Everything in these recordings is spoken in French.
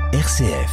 RCF.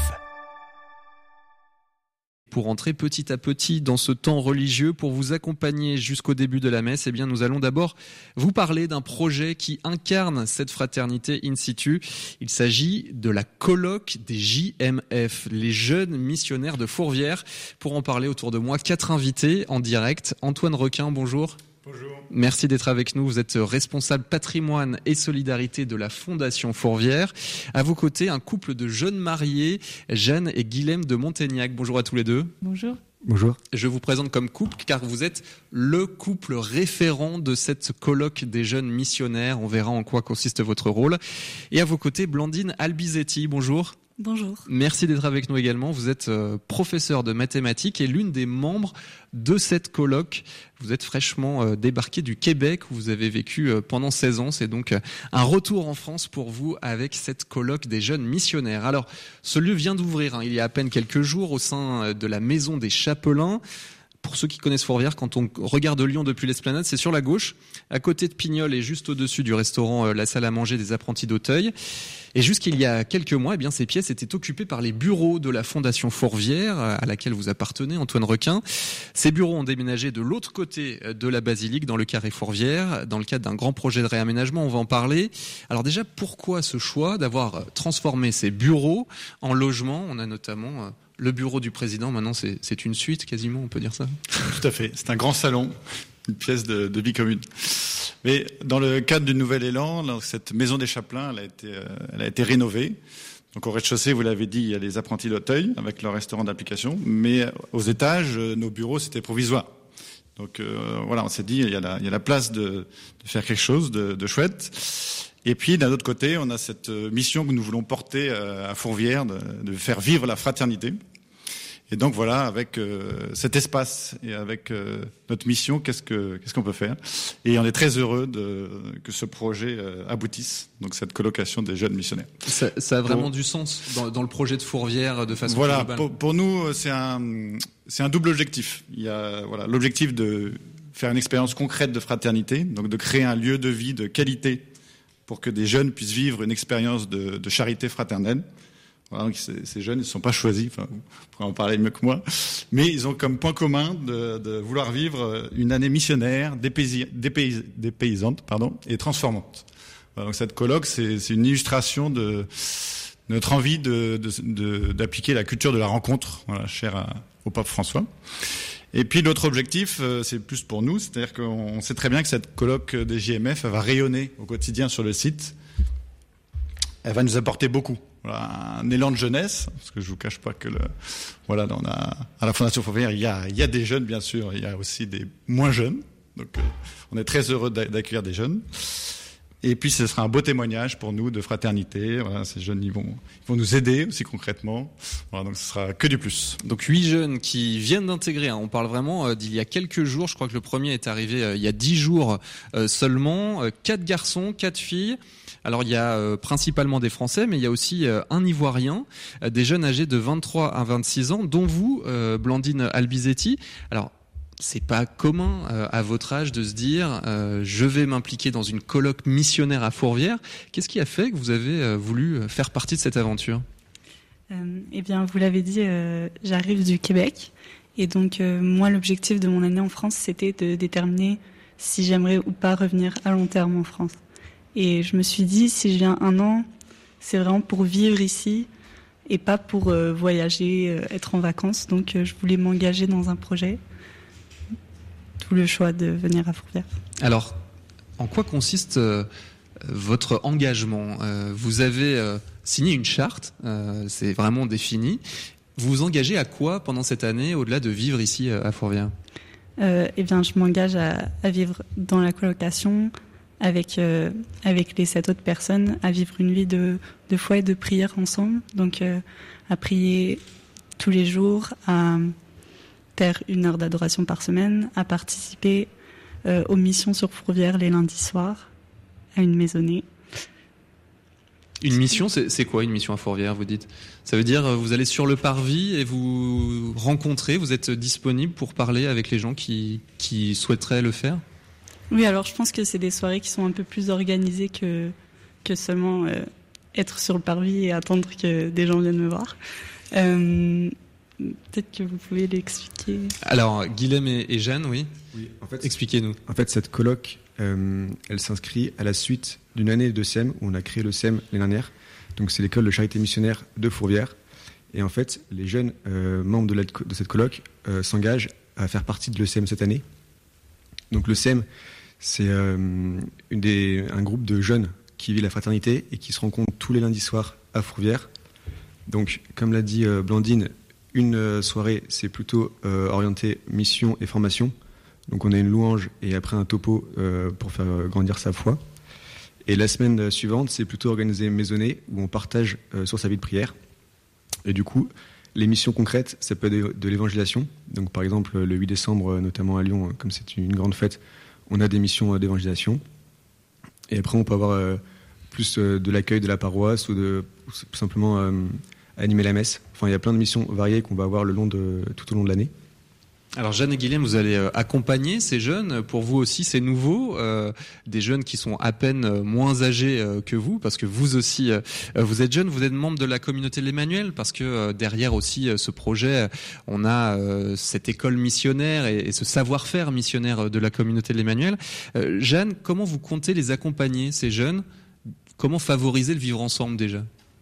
Pour entrer petit à petit dans ce temps religieux, pour vous accompagner jusqu'au début de la messe, nous allons d'abord vous parler d'un projet qui incarne cette fraternité in situ. Il s'agit de la colloque des JMF, les jeunes missionnaires de Fourvière. Pour en parler autour de moi, 4 invités en direct. Antoine Requin, bonjour. Bonjour. Merci d'être avec nous. Vous êtes responsable patrimoine et solidarité de la Fondation Fourvière. À vos côtés, un couple de jeunes mariés, Jeanne et Guilhem de Montaignac. Bonjour à tous les deux. Bonjour. Bonjour. Je vous présente comme couple car vous êtes le couple référent de cette colloque des jeunes missionnaires. On verra en quoi consiste votre rôle. Et à vos côtés, Blandine Albizetti. Bonjour. Bonjour. Merci d'être avec nous également. Vous êtes professeur de mathématiques et l'une des membres de cette colloque. Vous êtes fraîchement débarqué du Québec où vous avez vécu pendant 16 ans. C'est donc un retour en France pour vous avec cette colloque des jeunes missionnaires. Alors, ce lieu vient d'ouvrir il y a à peine quelques jours au sein de la Maison des Chapelains. Pour ceux qui connaissent Fourvière, quand on regarde Lyon depuis l'Esplanade, c'est sur la gauche, à côté de Pignol et juste au-dessus du restaurant La Salle à Manger des Apprentis d'Auteuil. Et jusqu'il y a quelques mois, ces pièces étaient occupées par les bureaux de la Fondation Fourvière, à laquelle vous appartenez, Antoine Requin. Ces bureaux ont déménagé de l'autre côté de la basilique, dans le carré Fourvière, dans le cadre d'un grand projet de réaménagement. On va en parler. Alors déjà, pourquoi ce choix d'avoir transformé ces bureaux en logements ? On a notamment le bureau du président. Maintenant, c'est une suite quasiment, on peut dire ça ? Tout à fait. C'est un grand salon, une pièce de vie commune. Mais dans le cadre du nouvel élan, cette maison des Chapelains, elle a été rénovée. Donc au rez-de-chaussée, vous l'avez dit, il y a les apprentis d'Auteuil avec leur restaurant d'application. Mais aux étages, nos bureaux, c'était provisoire. Donc on s'est dit, il y a la place de faire quelque chose de chouette. Et puis d'un autre côté, on a cette mission que nous voulons porter à Fourvière, de faire vivre la fraternité. Et donc voilà, avec cet espace et avec notre mission, qu'est-ce qu'on peut faire ? Et on est très heureux que ce projet aboutisse. Donc cette colocation des jeunes missionnaires. Ça a vraiment du sens dans le projet de Fourvière de façon globale. Voilà, pour nous, c'est un double objectif. Il y a l'objectif de faire une expérience concrète de fraternité, donc de créer un lieu de vie de qualité pour que des jeunes puissent vivre une expérience de charité fraternelle. Voilà, donc ces jeunes, ils ne sont pas choisis, vous pourrez en parler mieux que moi, mais ils ont comme point commun de vouloir vivre une année missionnaire, dépaysante, et transformante. Voilà, donc cette colloque, c'est une illustration de notre envie d'appliquer la culture de la rencontre, chère au pape François. Et puis l'autre objectif, c'est plus pour nous, c'est-à-dire qu'on sait très bien que cette colloque des JMF, elle va rayonner au quotidien sur le site. Elle va nous apporter beaucoup. Voilà, un élan de jeunesse, parce que je vous cache pas que à la Fondation Fourvière, il y a des jeunes, bien sûr, il y a aussi des moins jeunes. Donc, on est très heureux d'accueillir des jeunes. Et puis, ce sera un beau témoignage pour nous de fraternité. Voilà, ces jeunes, ils vont nous aider aussi concrètement. Voilà, donc, ce sera que du plus. Donc, 8 jeunes qui viennent d'intégrer. On parle vraiment d'il y a quelques jours. Je crois que le premier est arrivé il y a 10 jours seulement. 4 garçons, 4 filles. Alors, il y a principalement des Français, mais il y a aussi un Ivoirien, des jeunes âgés de 23 à 26 ans, dont vous, Blandine Albizetti. Alors, c'est pas commun à votre âge de se dire je vais m'impliquer dans une colloque missionnaire à Fourvière. Qu'est-ce qui a fait que vous avez voulu faire partie de cette aventure ? Vous l'avez dit, j'arrive du Québec. Et donc, moi, l'objectif de mon année en France, c'était de déterminer si j'aimerais ou pas revenir à long terme en France. Et je me suis dit, si je viens 1 an, c'est vraiment pour vivre ici et pas pour voyager, être en vacances. Donc, je voulais m'engager dans un projet. Tout le choix de venir à Fourvière. Alors, en quoi consiste votre engagement ? Vous avez signé une charte, c'est vraiment défini. Vous vous engagez à quoi pendant cette année, au-delà de vivre ici à Fourvière ? Je m'engage à vivre dans la colocation avec les 7 autres personnes, à vivre une vie de foi et de prière ensemble. Donc, à prier tous les jours, à faire 1 heure d'adoration par semaine, à participer aux missions sur Fourvière les lundis soirs, à une maisonnée. Une mission, c'est quoi une mission à Fourvière, vous dites ? Ça veut dire vous allez sur le parvis et vous rencontrez, vous êtes disponible pour parler avec les gens qui souhaiteraient le faire ? Oui, alors je pense que c'est des soirées qui sont un peu plus organisées que seulement être sur le parvis et attendre que des gens viennent me voir. Peut-être que vous pouvez l'expliquer. Alors, Guilhem et Jeanne, oui, en fait, expliquez-nous. En fait, cette colloque, elle s'inscrit à la suite d'une année de SEM, où on a créé le SEM l'année dernière. Donc, c'est l'école de charité missionnaire de Fourvière. Et en fait, les jeunes membres de cette colloque s'engagent à faire partie de l'ECM cette année. Donc, le SEM, c'est un groupe de jeunes qui vit la fraternité et qui se rencontrent tous les lundis soirs à Fourvière. Donc, comme l'a dit Blandine, une soirée, c'est plutôt orienté mission et formation. Donc, on a une louange et après un topo pour faire grandir sa foi. Et la semaine suivante, c'est plutôt organisé maisonnée, où on partage sur sa vie de prière. Et du coup, les missions concrètes, ça peut être de l'évangélisation. Donc, par exemple, le 8 décembre, notamment à Lyon, comme c'est une grande fête, on a des missions d'évangélisation. Et après, on peut avoir plus de l'accueil de la paroisse ou simplement animer la messe. Enfin, il y a plein de missions variées qu'on va avoir tout au long de l'année. Alors Jeanne et Guilhem, vous allez accompagner ces jeunes. Pour vous aussi, c'est nouveau, des jeunes qui sont à peine moins âgés que vous, parce que vous aussi, vous êtes jeunes, vous êtes membre de la communauté de l'Emmanuel, parce que derrière aussi ce projet, on a cette école missionnaire et ce savoir-faire missionnaire de la communauté de l'Emmanuel. Jeanne, comment vous comptez les accompagner, ces jeunes ? Comment favoriser le vivre ensemble déjà ?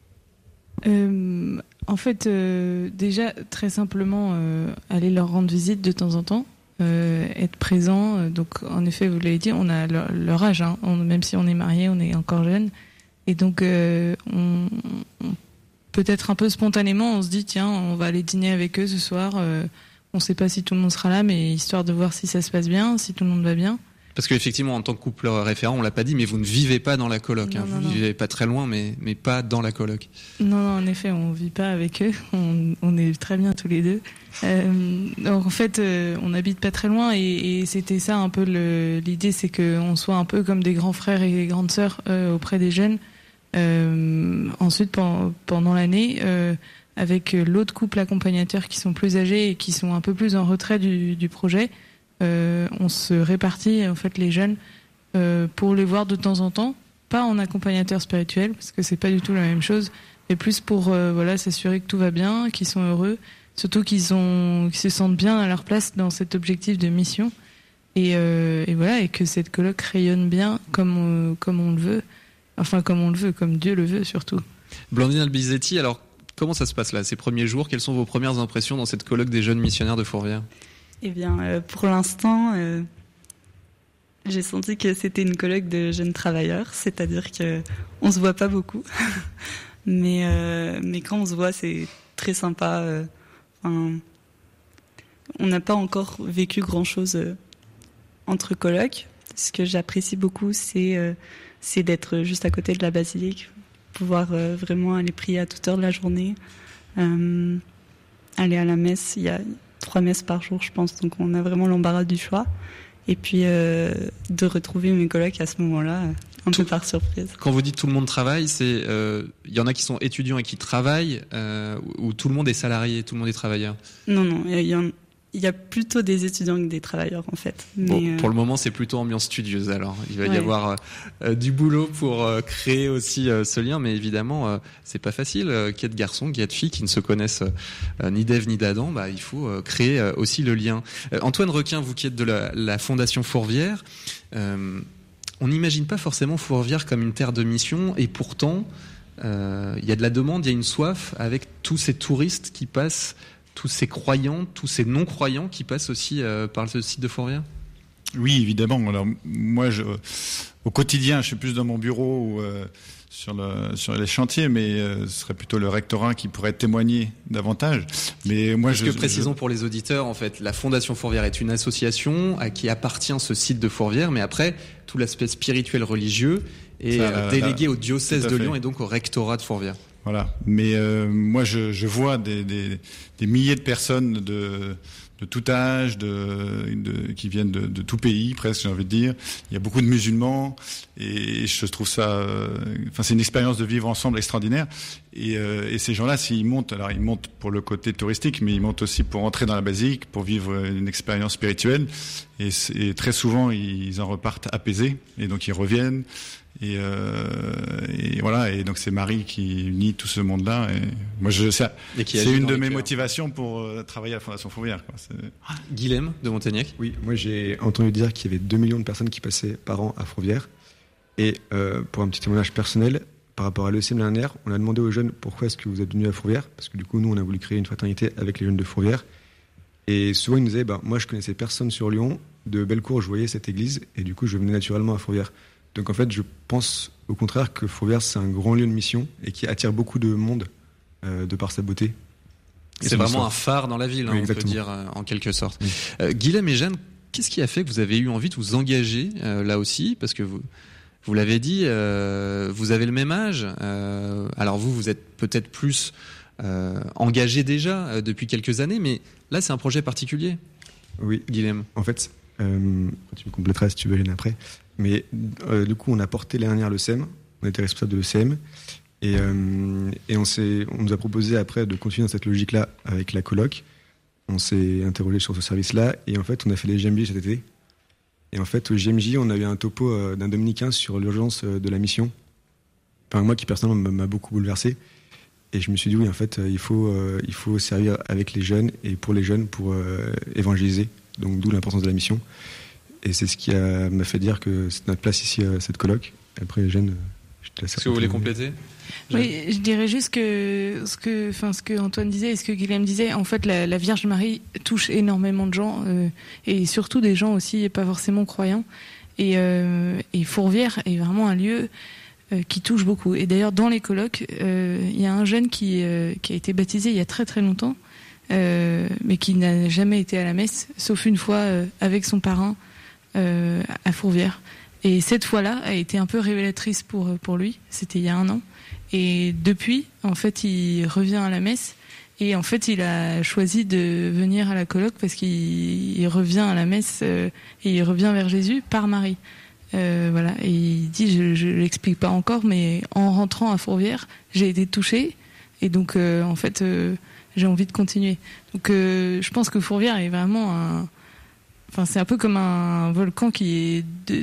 En fait, déjà, très simplement, aller leur rendre visite de temps en temps, être présent. Donc, en effet, vous l'avez dit, on a leur âge, hein. Même si on est mariés, on est encore jeunes. Et donc, on peut-être un peu spontanément, on se dit, tiens, on va aller dîner avec eux ce soir. On ne sait pas si tout le monde sera là, mais histoire de voir si ça se passe bien, si tout le monde va bien. Parce qu'effectivement, en tant que couple référent, on l'a pas dit, mais vous ne vivez pas dans la coloc. Non, vous vivez pas très loin, mais pas dans la coloc. Non, en effet, on vit pas avec eux. On est très bien tous les deux. Donc en fait, on n'habite pas très loin et c'était ça un peu l'idée, c'est qu'on soit un peu comme des grands frères et des grandes sœurs auprès des jeunes. Ensuite, pendant l'année, avec l'autre couple accompagnateur qui sont plus âgés et qui sont un peu plus en retrait du projet. On se répartit en fait les jeunes pour les voir de temps en temps, pas en accompagnateur spirituel parce que c'est pas du tout la même chose, mais plus pour s'assurer que tout va bien, qu'ils sont heureux, surtout qu'ils se sentent bien à leur place dans cet objectif de mission et que cette colloque rayonne bien comme on le veut, comme Dieu le veut surtout. Blandine Albizetti, alors comment ça se passe là, ces premiers jours ? Quelles sont vos premières impressions dans cette colloque des jeunes missionnaires de Fourvière ? Eh bien, pour l'instant, j'ai senti que c'était une colloque de jeunes travailleurs, c'est-à-dire qu'on se voit pas beaucoup, mais quand on se voit, c'est très sympa. On n'a pas encore vécu grand-chose entre colloques. Ce que j'apprécie beaucoup, c'est d'être juste à côté de la basilique, pouvoir vraiment aller prier à toute heure de la journée, aller à la messe. Il y a 3 messes par jour, je pense, donc on a vraiment l'embarras du choix. Et puis de retrouver mes colocs à ce moment-là, un peu par surprise. Quand vous dites tout le monde travaille, c'est y en a qui sont étudiants et qui travaillent, ou tout le monde est salarié, tout le monde est travailleur ? Non, il y a plutôt des étudiants que des travailleurs en fait. Mais bon, pour le moment, c'est plutôt ambiance studieuse. Alors, il va y avoir du boulot pour créer aussi ce lien, mais évidemment, c'est pas facile. Qu'il y ait de garçons, qu'il y ait de filles qui ne se connaissent ni d'Ève ni d'Adam, il faut créer aussi le lien. Antoine Requin, vous qui êtes de la Fondation Fourvière, on n'imagine pas forcément Fourvière comme une terre de mission, et pourtant, il y a de la demande, il y a une soif avec tous ces touristes qui passent. Tous ces croyants, tous ces non-croyants qui passent aussi par ce site de Fourvière ? Oui, évidemment. Alors, moi, au quotidien, je suis plus dans mon bureau ou sur les chantiers, mais ce serait plutôt le rectorat qui pourrait témoigner davantage. Mais moi, précisons pour les auditeurs, en fait, la Fondation Fourvière est une association à qui appartient ce site de Fourvière, mais après, tout l'aspect spirituel religieux est délégué au diocèse de Lyon et donc au rectorat de Fourvière. Voilà, mais moi je vois des milliers de personnes de tout âge, qui viennent de tout pays presque, j'ai envie de dire. Il y a beaucoup de musulmans et je trouve ça, c'est une expérience de vivre ensemble extraordinaire. Et ces gens-là, s'ils montent, alors ils montent pour le côté touristique, mais ils montent aussi pour entrer dans la basilique, pour vivre une expérience spirituelle. et très souvent ils en repartent apaisés, et donc ils reviennent. Et voilà, et donc c'est Marie qui unit tout ce monde-là. Et moi, c'est une de mes motivations pour travailler à la Fondation Fourvière, quoi. Guilhem de Montaignac. Oui, moi j'ai entendu dire qu'il y avait 2 millions de personnes qui passaient par an à Fourvière. Et pour un petit témoignage personnel, par rapport à l'ECM l'année dernière, on a demandé aux jeunes pourquoi est-ce que vous êtes venus à Fourvière, parce que du coup nous on a voulu créer une fraternité avec les jeunes de Fourvière. Et souvent ils nous disaient, moi je connaissais personne sur Lyon, de Bellecour je voyais cette église, et du coup je venais naturellement à Fourvière. Donc en fait, je pense au contraire que Fourvière, c'est un grand lieu de mission et qui attire beaucoup de monde de par sa beauté. C'est vraiment un phare dans la ville, oui, on peut dire, en quelque sorte. Oui. Guilhem et Jeanne, qu'est-ce qui a fait que vous avez eu envie de vous engager là aussi ? Parce que vous l'avez dit, vous avez le même âge. Alors vous êtes peut-être plus engagé déjà depuis quelques années, mais là, c'est un projet particulier. Oui, Guilhem. En fait, tu me compléteras si tu veux, Jeanne, après. Mais du coup, on a porté l'année dernière le SEM, on était responsable de l'ECM, et on nous a proposé après de continuer dans cette logique-là avec la coloc. On s'est interrogé sur ce service-là, et en fait, on a fait les JMJ cet été. Et en fait, au JMJ, on a eu un topo d'un dominicain sur l'urgence de la mission. Enfin, moi qui personnellement m'a beaucoup bouleversé. Et je me suis dit, oui, en fait, il faut servir avec les jeunes et pour les jeunes pour évangéliser. Donc, d'où l'importance de la mission. Et c'est ce qui m'a fait dire que c'est notre place ici à cette colloque. Après, Jeanne, je te laisse. Est-ce que vous voulez compléter ? Oui, je dirais juste que ce que Antoine disait et ce que Guilhem disait, en fait, la Vierge Marie touche énormément de gens et surtout des gens aussi pas forcément croyants. Et Fourvière est vraiment un lieu qui touche beaucoup. Et d'ailleurs, dans les colloques, il y a un jeune qui a été baptisé il y a très très longtemps, mais qui n'a jamais été à la messe, sauf une fois avec son parrain. À Fourvière. Et cette fois-là a été un peu révélatrice pour lui. C'était il y a 1 an. Et depuis, en fait, il revient à la messe. Et en fait, il a choisi de venir à la colloque parce qu'il revient à la messe et il revient vers Jésus par Marie. Voilà. Et il dit, je l'explique pas encore, mais en rentrant à Fourvière, j'ai été touchée. Et donc, en fait, j'ai envie de continuer. Donc, je pense que Fourvière est vraiment c'est un peu comme un volcan qui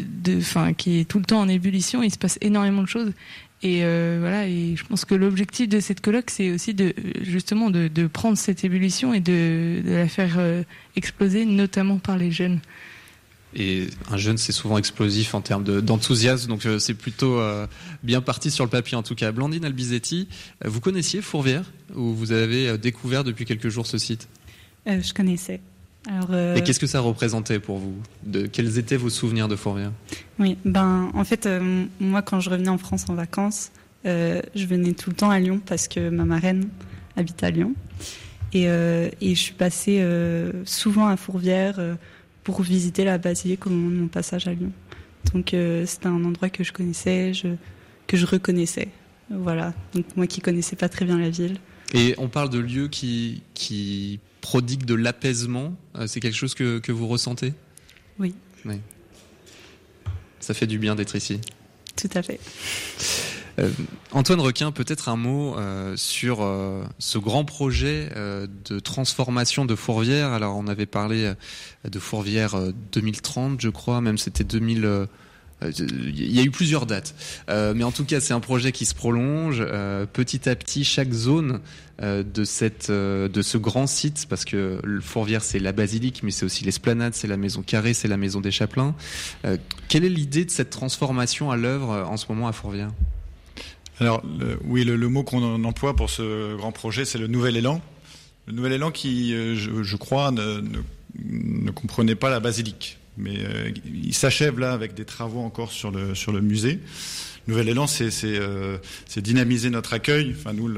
est tout le temps en ébullition. Il se passe énormément de choses. Et voilà. Et je pense que l'objectif de cette colloque, c'est aussi de prendre cette ébullition et de la faire exploser, notamment par les jeunes. Et un jeune, c'est souvent explosif en termes d'enthousiasme, donc c'est plutôt bien parti sur le papier en tout cas. Blandine Albizetti, vous connaissiez Fourvière ou vous avez découvert depuis quelques jours ce site ? Je connaissais. Alors, et qu'est-ce que ça représentait pour vous ? Quels étaient vos souvenirs de Fourvière ? Oui, en fait, moi, quand je revenais en France en vacances, je venais tout le temps à Lyon parce que ma marraine habite à Lyon. Et je suis passée souvent à Fourvière pour visiter la basilique au moment de mon passage à Lyon. Donc, c'était un endroit que je connaissais, que je reconnaissais. Voilà. Donc, moi qui connaissais pas très bien la ville. Et on parle de lieux qui prodigue de l'apaisement, c'est quelque chose que vous ressentez ? Oui. Ça fait du bien d'être ici. Tout à fait. Antoine Requin, peut-être un mot sur ce grand projet de transformation de Fourvière. Alors on avait parlé de Fourvière 2030, je crois, même c'était 2000... Il y a eu plusieurs dates, mais en tout cas c'est un projet qui se prolonge petit à petit. Chaque zone de ce grand site, parce que le Fourvière c'est la basilique, mais c'est aussi l'esplanade, c'est la maison carrée, c'est la maison des chapelains. Quelle est l'idée de cette transformation à l'œuvre en ce moment à Fourvière ? Alors le mot qu'on emploie pour ce grand projet, c'est le nouvel élan. Le nouvel élan qui, je crois, ne comprenait pas la basilique. Mais il s'achève là avec des travaux encore sur le musée. Nouvel élan, c'est dynamiser notre accueil. Enfin, nous,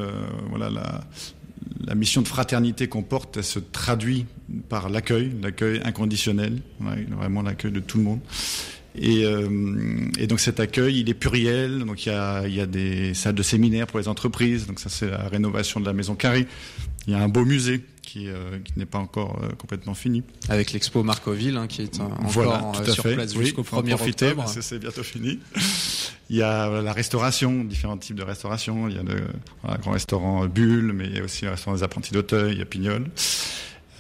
la mission de fraternité qu'on porte, elle se traduit par l'accueil inconditionnel, vraiment l'accueil de tout le monde. Et donc cet accueil, il est pluriel. Donc il y a des salles de séminaire pour les entreprises. Donc ça, c'est la rénovation de la maison carrée. Il y a un beau musée qui n'est pas encore complètement fini. Avec l'expo Marcoville, qui est encore sur place jusqu'au 1er octobre. C'est bientôt fini. Il y a la restauration, différents types de restauration. Il y a le grand restaurant Bulle, mais il y a aussi le restaurant des apprentis d'Auteuil, il y a Pignol.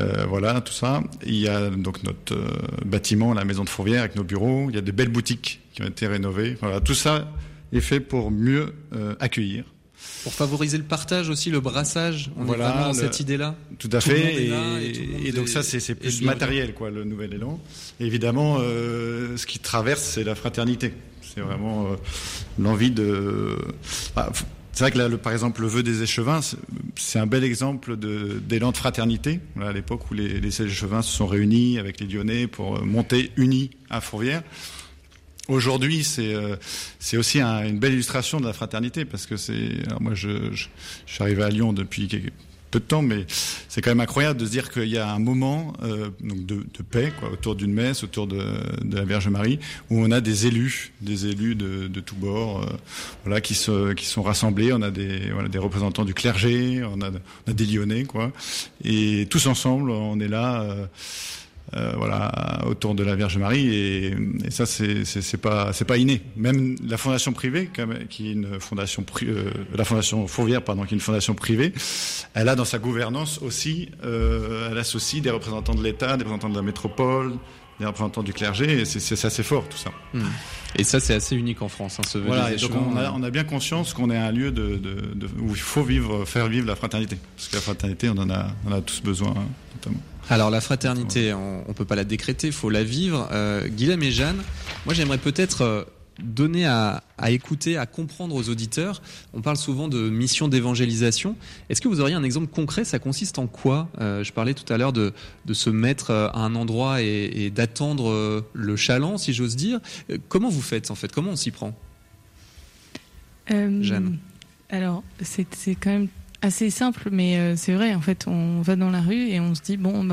Voilà, tout ça. Il y a donc notre bâtiment, la maison de Fourvière, avec nos bureaux. Il y a des belles boutiques qui ont été rénovées. Voilà, tout ça est fait pour mieux accueillir. Pour favoriser le partage aussi, le brassage, on Voilà, est vraiment dans cette idée-là. Tout à Tout le monde fait. est là et tout le monde Et donc est- ça, c'est est plus bienvenu. matériel, quoi, le nouvel élan. Et évidemment, ce qui traverse, c'est la fraternité. C'est vraiment l'envie de... c'est vrai que là, par exemple, le vœu des échevins, c'est un bel exemple d'élan de fraternité. Voilà, à l'époque où les échevins se sont réunis avec les Lyonnais pour monter unis à Fourvière. Aujourd'hui, c'est aussi une belle illustration de la fraternité, parce que alors moi, je suis arrivé à Lyon depuis peu de temps, mais c'est quand même incroyable de se dire qu'il y a un moment donc de paix, quoi, autour d'une messe, autour de la Vierge Marie, où on a des élus de tous bords, voilà, qui sont rassemblés. On a des représentants du clergé, on a des Lyonnais, quoi, et tous ensemble, on est là. Voilà, autour de la Vierge Marie, et ça c'est pas inné. Même la fondation privée, qui est une fondation la fondation Fourvière, pardon, qui est une fondation privée, elle a dans sa gouvernance aussi, elle associe des représentants de l'État, des représentants de la métropole, des représentants du clergé, et c'est assez fort tout ça. Et ça, c'est assez unique en France, hein, ce vœu Voilà, des et donc échevins. on a bien conscience qu'on est un lieu où il faut faire vivre la fraternité, parce que la fraternité, on en a tous besoin, hein, notamment. Alors la fraternité, on peut pas la décréter, il faut la vivre. Guilhem et Jeanne, moi j'aimerais peut-être donner à écouter, à comprendre aux auditeurs. On parle souvent de mission d'évangélisation. Est-ce que vous auriez un exemple concret? Ça consiste en quoi? Je parlais tout à l'heure de se mettre à un endroit et d'attendre le chaland, si j'ose dire. Comment vous faites en fait? Comment on s'y prend? Jeanne. Alors, c'est quand même assez simple, mais c'est vrai, en fait, on va dans la rue et on se dit, bon,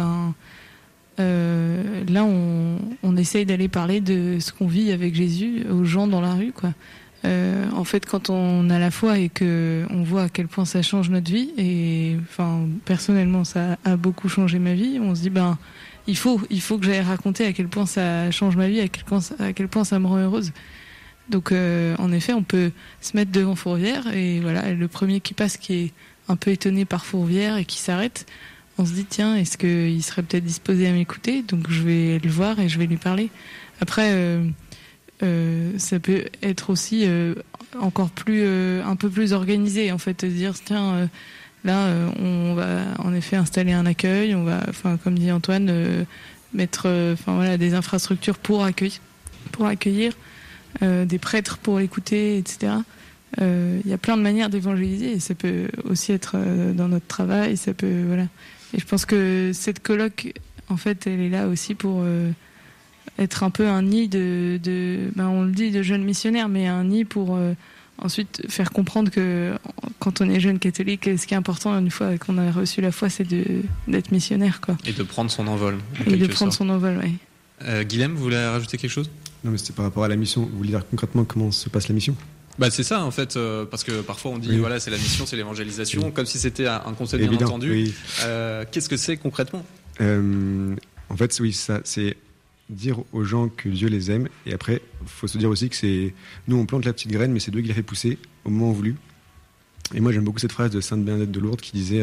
là, on essaye d'aller parler de ce qu'on vit avec Jésus aux gens dans la rue, quoi. En fait, quand on a la foi et que on voit à quel point ça change notre vie, et enfin, personnellement, ça a beaucoup changé ma vie, on se dit, il faut que j'aille raconter à quel point ça change ma vie, à quel point ça me rend heureuse. Donc, en effet, on peut se mettre devant Fourvière, et voilà, le premier qui passe, qui est un peu étonné par Fourvière et qui s'arrête, on se dit, tiens, est-ce qu'il serait peut-être disposé à m'écouter? Donc je vais le voir et je vais lui parler. Après, ça peut être aussi encore plus, un peu plus organisé, en fait, de dire, tiens, là, on va en effet installer un accueil, on va, enfin, comme dit Antoine, mettre, voilà, des infrastructures pour accueillir, des prêtres pour l'écouter, etc. Il y a plein de manières d'évangéliser, et ça peut aussi être dans notre travail, ça peut, voilà. Et je pense que cette colloque, en fait, elle est là aussi pour être un peu un nid on le dit, de jeunes missionnaires, mais un nid pour ensuite faire comprendre que quand on est jeune catholique, ce qui est important une fois qu'on a reçu la foi, c'est d'être missionnaire, quoi. Et de prendre son envol. Et de prendre son envol, oui. Guilhem, vous voulez rajouter quelque chose? Non, mais c'était par rapport à la mission. Vous voulez dire concrètement comment se passe la mission? C'est ça en fait, parce que parfois on dit voilà, c'est la mission, c'est l'évangélisation, comme si c'était un concept bien Évident, entendu. oui. Qu'est-ce que c'est concrètement? En fait, oui, ça, c'est dire aux gens que Dieu les aime. Et après, il faut se dire aussi que nous, on plante la petite graine, mais c'est Dieu qui la fait pousser au moment voulu. Et moi, j'aime beaucoup cette phrase de Sainte Bernadette de Lourdes qui disait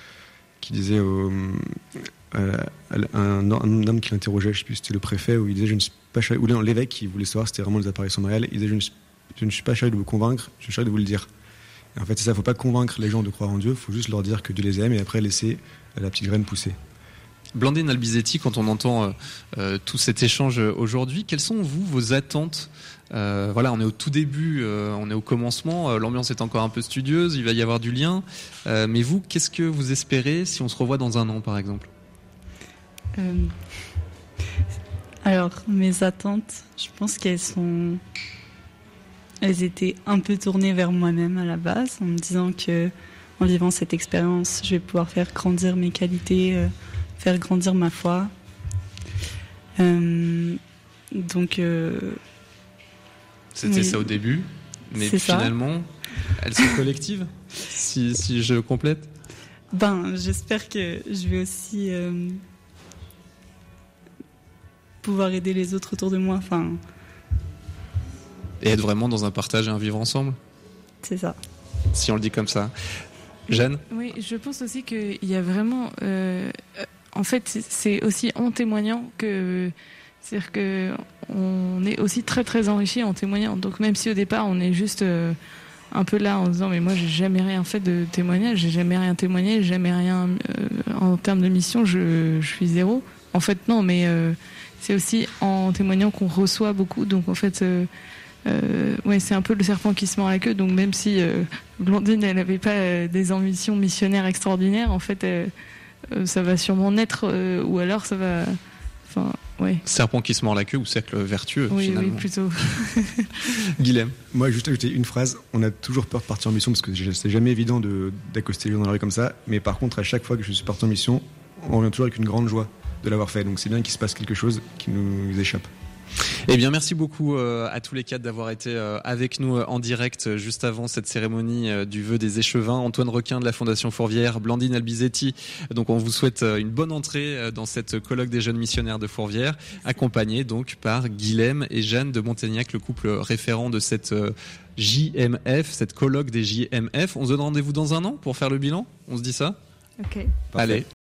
un homme qui l'interrogeait, je sais plus si c'était le préfet, où il disait, je ne suis pas chargé, ou non, l'évêque qui voulait savoir, c'était vraiment les apparitions mariales, il disait, je ne suis pas chargé de vous convaincre, je suis chargé de vous le dire. Et en fait, c'est ça, il ne faut pas convaincre les gens de croire en Dieu, il faut juste leur dire que Dieu les aime et après laisser la petite graine pousser. Blandine Albizetti, quand on entend tout cet échange aujourd'hui, quelles sont vos attentes? Voilà, on est au tout début, on est au commencement, l'ambiance est encore un peu studieuse, il va y avoir du lien. Mais vous, qu'est-ce que vous espérez si on se revoit dans un an, par exemple? Alors, mes attentes, je pense qu'elles étaient un peu tournées vers moi-même à la base, en me disant que en vivant cette expérience, je vais pouvoir faire grandir mes qualités, faire grandir ma foi. Donc, c'était ça au début, mais finalement, elles sont collectives, si je complète. J'espère que je vais aussi pouvoir aider les autres autour de moi. Et être vraiment dans un partage et un vivre ensemble. C'est ça. Si on le dit comme ça. Jeanne? Oui, je pense aussi qu'il y a vraiment... en fait, c'est aussi en témoignant que, c'est-à-dire que on est aussi très très enrichi en témoignant. Donc même si au départ on est juste un peu là en se disant mais moi j'ai jamais rien fait de témoignage, j'ai jamais rien témoigné, j'ai jamais rien en termes de mission, je suis zéro. En fait non, mais c'est aussi en témoignant qu'on reçoit beaucoup. Donc en fait ouais, c'est un peu le serpent qui se mord la queue. Donc même si Blandine elle avait pas des ambitions missionnaires extraordinaires, en fait ça va sûrement naître ou alors ça va, enfin ouais. Serpent qui se mord la queue ou cercle vertueux, Oui, finalement. oui, plutôt. Guilhem. Moi, juste ajouter une phrase. On a toujours peur de partir en mission parce que c'est jamais évident d'accoster les gens dans la rue comme ça. Mais par contre, à chaque fois que je suis parti en mission, on revient toujours avec une grande joie de l'avoir fait. Donc c'est bien qu'il se passe quelque chose qui nous échappe. Eh bien, merci beaucoup à tous les quatre d'avoir été avec nous en direct juste avant cette cérémonie du vœu des échevins. Antoine Requin de la Fondation Fourvière, Blandine Albizetti. Donc, on vous souhaite une bonne entrée dans cette colloque des jeunes missionnaires de Fourvière, accompagnés donc par Guilhem et Jeanne de Montaignac, le couple référent de cette JMF, cette colloque des JMF. On se donne rendez-vous dans un an pour faire le bilan. On se dit ça ? Ok. Allez.